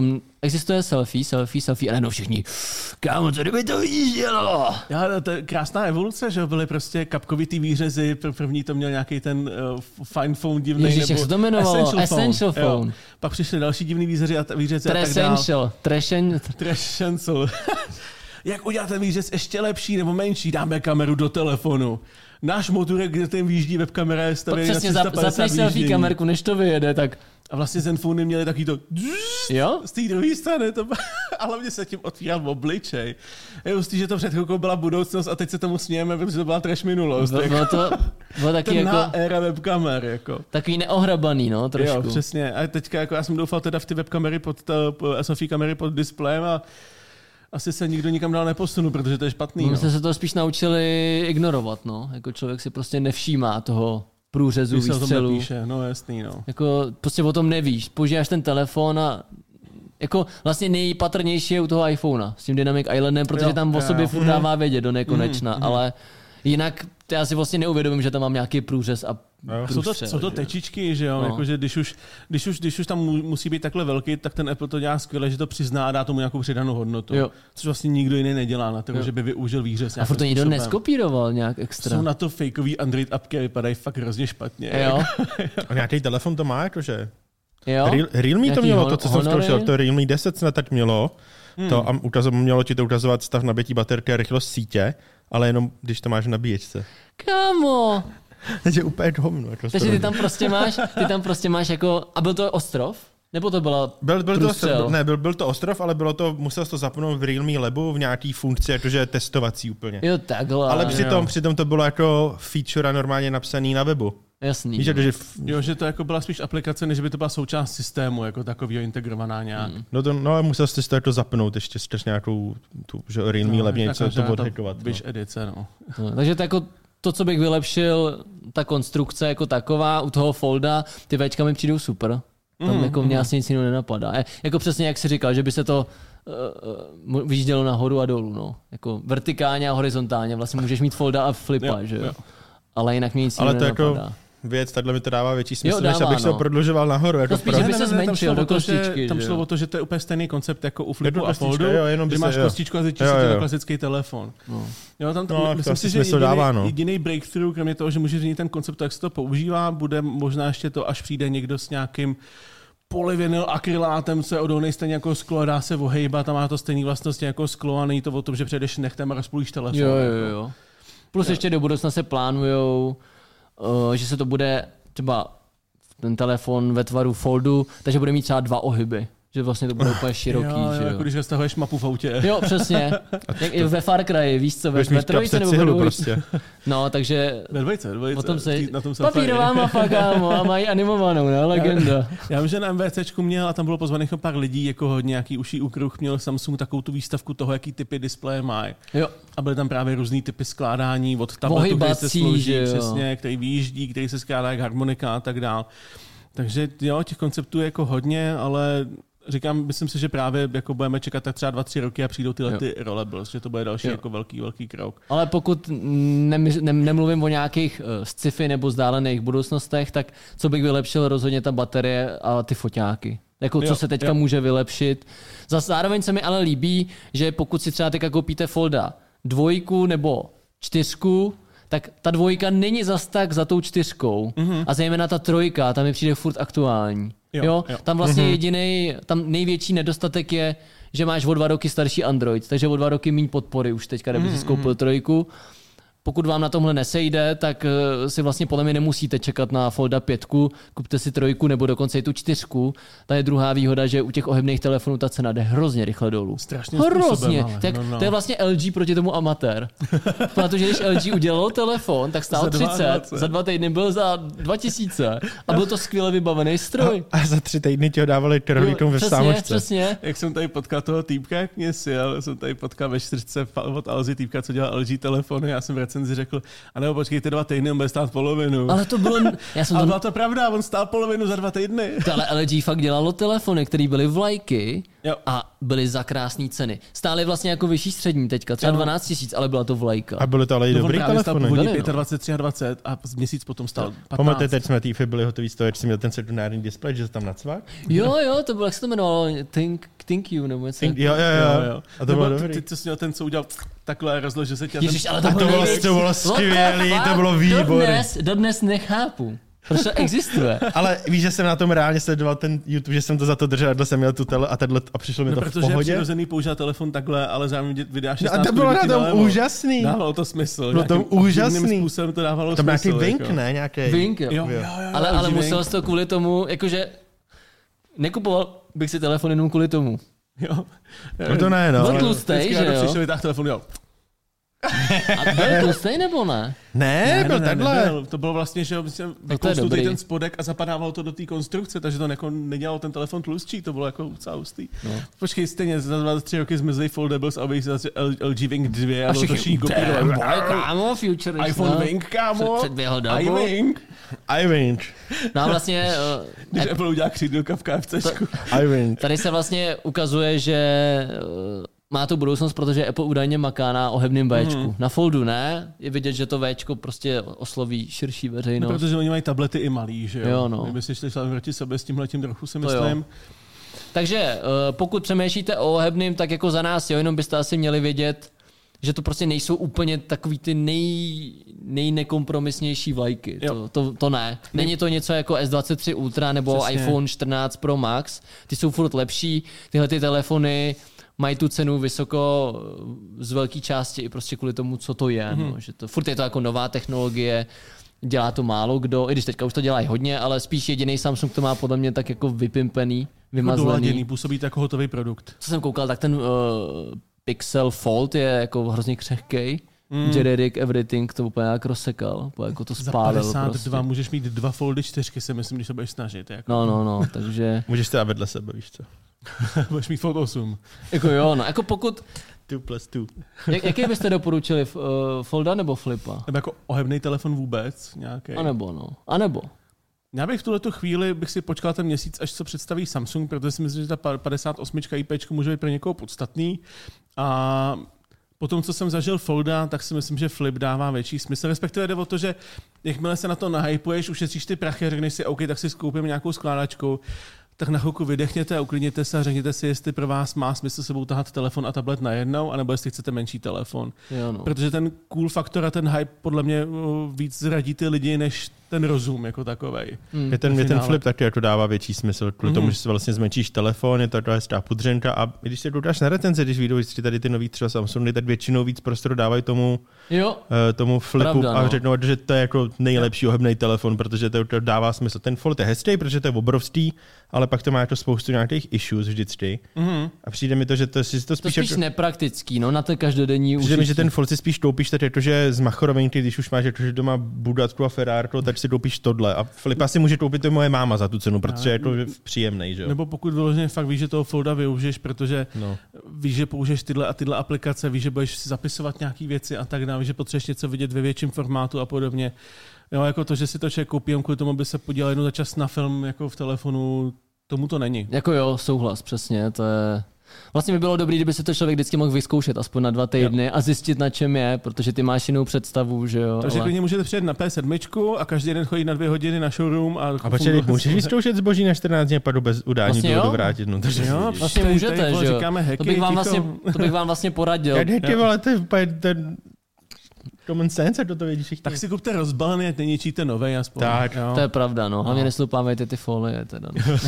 existuje selfie a najednou všichni, kámo, co kdyby to vyjíždělo? To je krásná evoluce, že byly prostě kapkovitý výřezy, první to měl nějaký ten fine phone divný, Ježiš, jak se to jmenovalo? Essential phone. Pak přišly další divný výřezy a tak dál. Trashential. Jak udělat ten výřez ještě lepší nebo menší? Dáme kameru do telefonu. Náš motorek, kde ten výjíždí webkamera, je stavěný na 350 zapneš selfie kamerku, než to vyjede, tak... A vlastně Zenfony měli taky to... Jo? Z té druhé strany, a hlavně se tím otvíral obličej. Je hustý, že to před chvilkou byla budoucnost a teď se tomu smějeme, protože to byla trash minulost. Bylo taky temná éra webkamer. Jako. Takový neohrabaný, no, trošku. Jo, přesně. A teďka já jsem doufal teda v ty webkamery selfie kamery pod displejem a asi se nikdo nikam dál neposunu, protože to je špatný. My jsme se to spíš naučili ignorovat, no. Jako člověk si prostě nevšímá toho průřezu, výstřelu. Nepíše. No jasný, no. Jako prostě o tom nevíš. Používáš ten telefon a jako vlastně nejpatrnější je u toho iPhonea s tím Dynamic Islandem, protože tam o sobě furt dává vědět do nekonečna, ale jinak já si vlastně neuvědomím, že tam mám nějaký průřez a jsou to tečičky, že jo? No. Jako, že když už tam musí být takhle velký, tak ten Apple to dělá skvěle, že to přizná a dá tomu nějakou přidanou hodnotu. Jo. Což vlastně nikdo jiný nedělá na to, že by využil výřez. A furt to nikdo neskopíroval nějak extra. Jsou na to fakeový Android appky, vypadají fakt hrozně špatně. Jo. A nějaký telefon to má, jakože? Jo. Realme to mělo, to, co jsem zkoušel, to Realme 10 snad tak mělo. To a mělo ti to ukazovat stav nabití baterky a rychlost sítě, ale jenom když to máš v nabíječce. Kámo! Takže úplně hovno. Takže ty tam prostě máš jako... A byl to ostrov? Nebo to byla byl to ostrov, ale musel jsi to zapnout v Realme Labu v nějaký funkci, jakože testovací úplně. Jo, takhle. Ale přitom to bylo jako feature normálně napsaný na webu. Jasný. Víš, že to jako byla spíš aplikace, než by to byla součást systému, jako takového integrovaná nějak. No musel jsi to jako zapnout ještě skrz nějakou že Realme Lab něco to odhackovat. Víš edice, no. Takže to jako to, co bych vylepšil, ta konstrukce jako taková, u toho folda, ty Včka mi přijdou super. Tam jako mě asi nic jiného nenapadá. Jako přesně jak jsi říkal, že by se to vyjíždělo nahoru a dolů, no. Jako vertikálně a horizontálně. Vlastně můžeš mít folda a flipa, že jo. Ale jinak mě nic jiného nenapadá. Jako věc, takhle mi to dává větší smysl, než abych se ho prodlužoval nahoru. Jako spíš, že by se zmenšil do kostičky. Tam šlo o to, že to je úplně stejný koncept jako u flipu a foldu, že máš kostičku a zvětší se to klasický telefon. Jo, tam myslím si, že jediný breakthrough, kromě toho, že může změnit ten koncept, jak se to používá, bude možná ještě to, až přijde někdo s nějakým polyvinyl akrylátem, co je odolný stejně jako sklo, dá se ohejbat a má to stejný vlastnosti jako sklo a není to o tom, že přejdeš nechtem a rozpůlíš telefon. Jo. Plus ještě do budoucna se plánujou, že se to bude třeba ten telefon ve tvaru foldu, takže bude mít třeba 2 ohyby. Že vlastně to bude úplně široký. Jo, jako když stahuješ mapu v autě. Jo, přesně. Jak ve Far Cry, víš co, ve trojce nebo ve dvojce. Prostě. No, takže... Ve dvojce. Na tom papírová mapa, kámo, a mají animovanou, ne? Legenda. Já vím, že na MVCčku měl, a tam bylo pozvaných pár lidí, jako hodně nějaký uší úkruh, měl Samsung takovou tu výstavku toho, jaký typy displeje mají. Jo. A byly tam právě různý typy skládání od tabletu, který se slouží, přesně, který vyjíždí, který se skládá jak harmonika a tak dál. Takže jo, těch konceptů je jako hodně, ale říkám, myslím si, že právě jako budeme čekat tak třeba 2-3 roky a přijdou tyhle ty rollables, že to bude další jako velký krok. Ale pokud nemluvím o nějakých sci-fi nebo vzdálených budoucnostech, tak co bych vylepšil rozhodně ta baterie a ty foťáky. Jako co se teďka může vylepšit. Zároveň se mi ale líbí, že pokud si třeba teďka koupíte folda 2 nebo 4, tak ta 2 není zas tak za tou 4. A zejména ta 3, tam mi přijde furt aktuální. Jo. Tam vlastně tam největší nedostatek je, že máš o 2 roky starší Android, takže o 2 roky méně podpory už teďka, kdyby si skoupil 3. Pokud vám na tomhle nesejde, tak si vlastně podle mě nemusíte čekat na Folda 5, kupte si 3 nebo dokonce i tu 4. Ta je druhá výhoda, že u těch ohebných telefonů ta cena jde hrozně rychle dolů. Strašně hrozně. To je vlastně LG proti tomu amatér. Protože když LG udělalo telefon, tak stál 30, za 2 týdny byl za 2000 a byl to skvěle vybavený stroj. A za 3 týdny ti ho dávali terolíkům ve sámočce. Přesně. Jak jsem tady potkal toho týpka, jak mě sjel, jsem tady potkal ve 4 od Alzy týpka, co dělal LG telefony, já jsem v recenzi řekl, a nebo počkejte 2 týdny, on bude stát polovinu. Ale to bylo... Ale byla to pravda, on stál polovinu za 2 týdny. Ale LG fakt dělalo telefony, které byly vlajky a byly za krásné ceny. Stály vlastně jako vyšší střední teďka, třeba 12 000, ale byla to vlajka. A byly to ale i dobrý telefony. Byly 25, 23 a měsíc potom stál 15. Pamatujete, teď jsme týfy byli hotový z toho, že jsem měl ten sekundární displej, že se tam nacvak? Jo, to bylo, jak se to jmenovalo, Think You, nebo něco. Jo. A to bylo dobrý. Ty jsi měl ten, co udělal takhle rozlož, že se tě... Ježiš, ale to bylo skvělý, to bylo výborné. Dodnes nechápu. Proč to existuje? Ale víš, že jsem na tom reálně sledoval ten YouTube, že jsem to za to držel, a jsem měl tu a přišlo mi to v pohodě. Protože je přirozený používat telefon takhle, ale zároveň vydáš 16. A to bylo na tom úžasný. Dávalo to smysl. Bylo to úžasný. Způsobem to dávalo to smysl. To byl nějaký wink, ne? Nějaký... Wink, jo. Ale musel jsi to kvůli tomu, jakože nekupoval bych si telefon jenom kvůli tomu. Jo. No to ne, no. Byl tlustej, že jo? Přišel vytáhl telefon, jo. A byl tlustej nebo ne? Ne, byl takhle. Nebyl. To bylo vlastně, že vykousnul ten spodek a zapadávalo to do té konstrukce, takže to nedělalo ten telefon tlustší, to bylo jako docela hustý. No. Počkej, stejně za 23 roky zmizely foldables a objeví se zase LG Wing 2 a bylo to všichni kopírovat. Kámo, futurist. iPhone Wing, kámo. Před jeho dobu. iWing. No a vlastně... Když Apple udělá křídlka v KFCčku. iWing. Tady se vlastně ukazuje, že... má tu budoucnost, protože Apple údajně maká na ohebným Včku. Na Foldu ne, je vidět, že to Včko prostě osloví širší veřejnost. No, protože oni mají tablety i malý, že jo? Jo, no. Kdyby si šli proti sobě s tímhletím trochu si myslím. Takže pokud přemýšlíte o ohebným, tak jako za nás, jo, jenom byste asi měli vědět, že to prostě nejsou úplně takový ty nejnekompromisnější vlajky. To ne. Není to něco jako S23 Ultra nebo přesně. iPhone 14 Pro Max. Ty jsou furt lepší. Tyhle ty telefony mají tu cenu vysoko z velké části i prostě kvůli tomu, co to je. No, že to, furt je to jako nová technologie, dělá to málo kdo, i když teďka už to dělají hodně, ale spíš jediný Samsung to má podle mě tak jako vypimpený, vymazlený. Doladěný, působí to jako hotový produkt. Co jsem koukal, tak ten Pixel Fold je jako hrozně křehkej. Generic Everything to úplně jak rozsekal, jako to spálil. Za 52 prostě. Můžeš mít 2 Foldy 4, si myslím, když se budeš snažit. Jako. No, takže... Můžeš to vedle sebe, víš co? Budeš mít Fold 8. Jako jo, no, jako pokud... 2+2. Jaký byste doporučili? Folda nebo Flipa? Nebo jako ohebný telefon vůbec nějaký? A nebo. Já bych v tuhletu chvíli bych si počkal ten měsíc, až co představí Samsung, protože si myslím, že ta 58 IP může být pro někoho podstatný. A po tom, co jsem zažil Folda, tak si myslím, že Flip dává větší smysl. Respektive jde o to, že jakmile se na to nahypuješ, ušetříš ty prachy a řekneš si, OK, tak si skoupím nějakou skládačku, tak na chvilku vydechněte a uklidněte se a řekněte si, jestli pro vás má smysl sebou tahat telefon a tablet najednou, anebo jestli chcete menší telefon. Jo, no. Protože ten cool faktor a ten hype podle mě víc zradí ty lidi, než ten rozum jako takovej. Mě ten Flip taky jako dává větší smysl, kvůli tomu, že si vlastně zmenšíš telefon, je to hezká pudřenka a když se koukáš na recenze, když vyjdou tady ty nový třeba Samsungy, tak většinou víc prostoru dávají tomu Flipu. Pravda, a řeknou, že to je jako nejlepší ohebný telefon, protože to dává smysl. Ten Fold je hezký, protože to je obrovský, ale pak to má jako spoustu nějakých issues vždycky. A přijde mi to, že to si to spíš jako... nepraktický, no, na to každodenní užití. Přijde mi, že ten Fold si spíš koupíš tak jakože z machrovenky, když už máš jakože doma Bugatku a Ferrari, tak si koupíš tohle. A Flipa si může koupit to moje máma za tu cenu, protože je to příjemný, že jo. Nebo pokud vyloženě fakt víš, že toho Folda využiješ, protože víš, že použiješ tyhle aplikace, víš, že budeš zapisovat nějaký věci a tak dále, že potřebuješ něco vidět ve větším formátu a podobně. Jo, jako to, že si to člověk koupí kvůli tomu, aby se podíval jednou za čas na film jako v telefonu, tomu to není. Jako jo, souhlas, přesně, to je... Vlastně by bylo dobré, kdyby se to člověk vždycky mohl vyzkoušet aspoň na 2 týdny a zjistit, na čem je, protože ty máš jinou představu, že jo. Takže klidně můžete přijet na P7 a každý den chodit na 2 hodiny na showroom a počkej, můžeš vyzkoušet zboží na 14 dní a pak bez udání vlastně to vrátit. No, takže jo, vlastně můžete, že jo. To bych vám vlastně poradil. Ty vole, to je ten common sense, to vědí všichni. Tak si kupte rozbalený, ať neníčíte novej aspoň. Tak, jo. To je pravda, no. Hlavně neslupávejte ty folie, teda. No.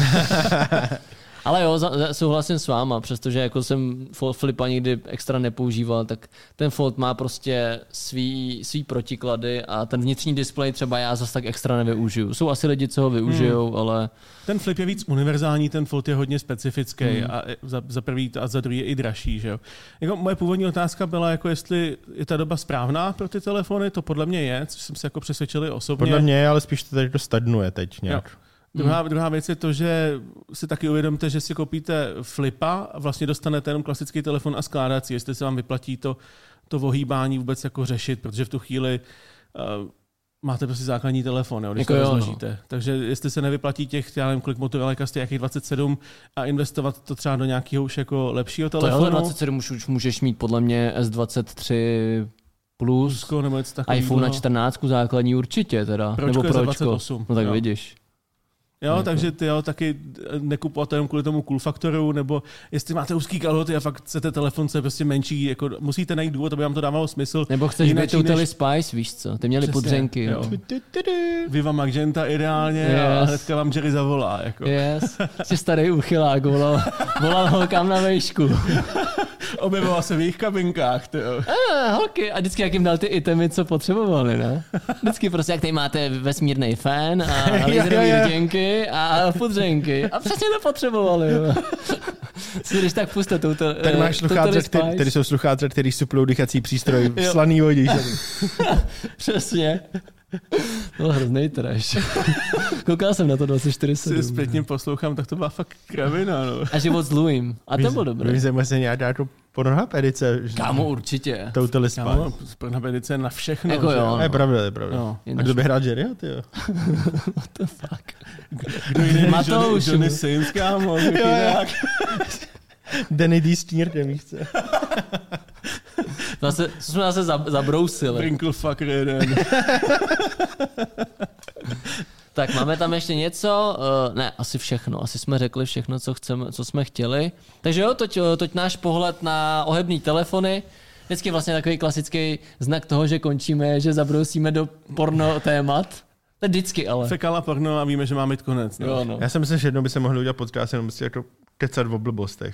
Ale jo, souhlasím s váma, přestože jako jsem Flipa nikdy extra nepoužíval, tak ten Fold má prostě svý protiklady a ten vnitřní displej třeba já zase tak extra nevyužiju. Jsou asi lidi, co ho využijou, ale... Ten Flip je víc univerzální, ten Fold je hodně specifický a za prvý a za druhý je i dražší. Že jo? Jako moje původní otázka byla, jako jestli je ta doba správná pro ty telefony, to podle mě je, což jsem se jako přesvědčili osobně. Podle mě je, ale spíš to tady to stadnuje teď nějak. Jo. Druhá věc je to, že si taky uvědomte, že si koupíte Flipa a vlastně dostanete jenom klasický telefon a skládací, jestli se vám vyplatí to ohýbání vůbec jako řešit, protože v tu chvíli máte prostě základní telefon, když to rozložíte. Takže jestli se nevyplatí těch, já nevím, kolik Motorola Kasty, jakých 27 a investovat to třeba do nějakého už jako lepšího telefonu. To 27 už můžeš mít podle mě S23 plus, nebo něco takového. iPhone na 14 základní určitě teda. Pročko nebo je 28. No tak vidíš. Jo, takže ty taky nekupovat jenom kvůli tomu cool faktoru, nebo jestli máte úzký kalhoty a fakt chcete telefon, co je prostě menší, jako musíte najít důvod, aby vám to dávalo smysl. Nebo chceš být Totally Spice, víš co? Ty měli podřenky. Jo. Viva Magenta ideálně a hnedka vám Jerry zavolá. Jako. Yes. Jsi starý uchylák, volal holkám na vejšku. Objevoval se v jejich kabinkách. Holky. A vždycky jak jim dal ty itemy, co potřebovali, ne? Vždycky prostě, jak tady máte vesmírný fén a laserový rtěnky a podřenky. A přesně to potřebovali. Si když tak puste touto. Tak máš slucháře, který jsou slucháře, který suplují dýchací přístroj v slaný vodě. Přesně. No hrozný trash. Koukal jsem na to 24/7. Si zpětně poslouchám, tak to byla fakt kravina. No. A život s Louiem. A to bylo dobré. Víš, že se nějak dát pornhub edice. Kámo, určitě. Totally Spice. Kámo, pornhub edice na všechno. Jako jo, no. Je pravda, je pravda. No. A kdo by hrál Jerryho, tyjo? What the fuck? Kdo jiný Johnny Sins, kámo? Danny D. Stewart, místce. Jsme zase zabrousili. Brinklefucker jeden. Tak máme tam ještě něco? Ne, asi všechno. Asi jsme řekli všechno, co jsme chtěli. Takže jo, toť náš pohled na ohebný telefony. Vždycky vlastně takový klasický znak toho, že končíme, že zabrousíme do porno témat. To je vždycky, ale. Fekala porno a víme, že máme jít konec. Jo, no. Já si myslím, že jednou by se mohli udělat podcast, jenom si jako kecat o blbostech.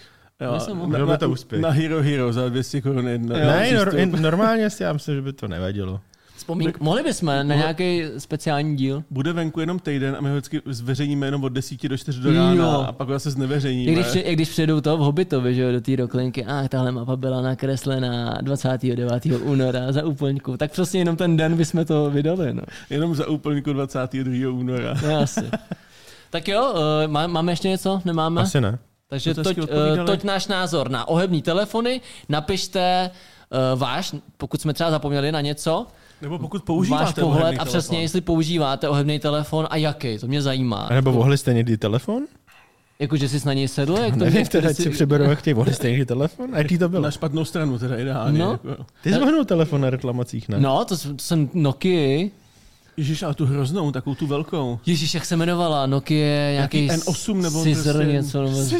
Byl by to úspěch. Na Hero za 200 korun jedna. Ne, normálně si já myslím, že by to nevadilo. Mohli bychom na nějaký speciální díl. Bude venku jenom týden a my ho vždycky zveřejníme jenom od 10 do 4 do rána a pak ho zase zneveřejníme. Když přijedou to v Hobbitovi, že do té roklinky, tahle mapa byla nakreslená 29. února za úplňku, tak přesně jenom ten den bychom to vydali. No. Jenom za úplňku 22. února. No, asi. Tak jo, máme ještě něco? Nemáme? Asi ne. Takže toť náš názor na ohebný telefony. Napište váš, pokud jsme třeba zapomněli na něco. Nebo pokud používáte váš pohled a přesně, jestli používáte ohebný telefon a jaký, to mě zajímá. A nebo vohli jste někdy telefon? Jako, že jsi na něj sedl? Jak to nevím, teda si přeberu, jak ty vohli jste někdy telefon? A jaký to bylo? Na špatnou stranu teda ideálně. No. Jako. Ty jsi vohnul telefon na reklamacích, ne? No, to jsem Nokia. Ježíš, ale tu hroznou, takovou tu velkou. Ježíš, jak se jmenovala? Nokia, nějaký N8 nebo Scissor něco.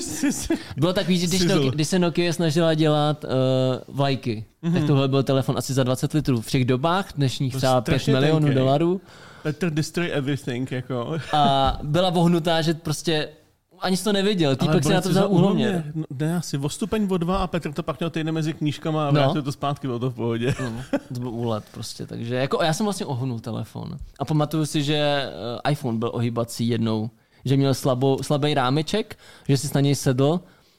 Bylo takový, že když se Nokia snažila dělat vlajky, tak tohle byl telefon asi za 20 litrů. V všech dobách, dnešních třeba 5 milionů dolarů. Better destroy everything, jako. A byla vohnutá, že prostě ani jsi to neviděl, týpek si na to vzal úhlovně. Ne, asi o stupeň o 2 a Petr to pak měl týden mezi knížkama a vrátil to zpátky, bylo to v pohodě. No, to byl úlet prostě, takže jako já jsem vlastně ohnul telefon. A pamatuju si, že iPhone byl ohýbací jednou, že měl slabý rámeček, že jsi na něj sedl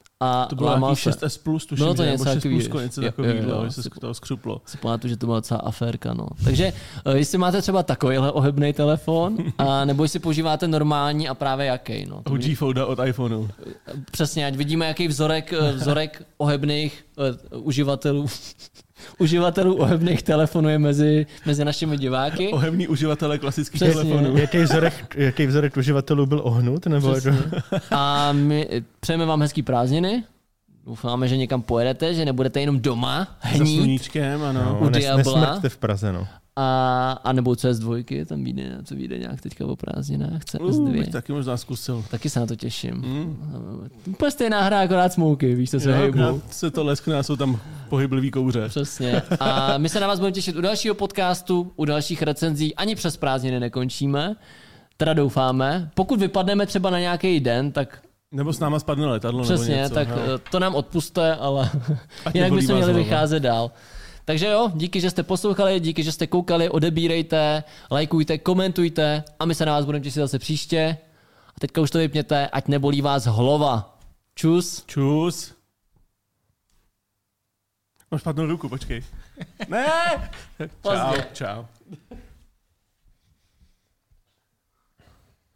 a to bylo nějaký 6S Plus, tuším, to něco 6 Plus, něco takového, že se to skřuplo. Si pamatuju, že to byla celá aférka, no. Takže jestli máte třeba takovýhle ohebný telefon, a nebo jestli používáte normální a právě jaký, no. OG Folda od iPhoneu. Přesně, ať vidíme, jaký vzorek ohebných uživatelů ohebných telefonů je mezi našimi diváky. Ohební uživatelé klasických telefonů. Jaký vzorek uživatelů byl ohnut? Nebo a my přejeme vám hezký prázdniny. Doufáme, že někam pojedete, že nebudete jenom doma hnít. Za sluníčkem, ano. U diabla. Nesmrťte v Praze, no. A nebo CS2, tam vyjde nějak teďka o prázdninách. CS2. Taky možná zkusil. Taky se na to těším. Úplně stejná hra, akorát smouky, víš, co se hejbou. Se to leskne a jsou tam pohyblivý kouře. Přesně. A my se na vás budeme těšit u dalšího podcastu, u dalších recenzí. Ani přes prázdniny nekončíme. Teda doufáme. Pokud vypadneme třeba na nějaký den, tak nebo s náma spadne letadlo. Přesně, nebo něco, tak to nám odpuste, ale jinak bychom měli vycházet dál. Takže jo, díky, že jste poslouchali, díky, že jste koukali, odebírejte, lajkujte, komentujte a my se na vás budeme těšit zase příště. A teďka už to vypněte, ať nebolí vás hlava. Čus. Čus. Mám špatnou ruku, počkej. Ne! Čau.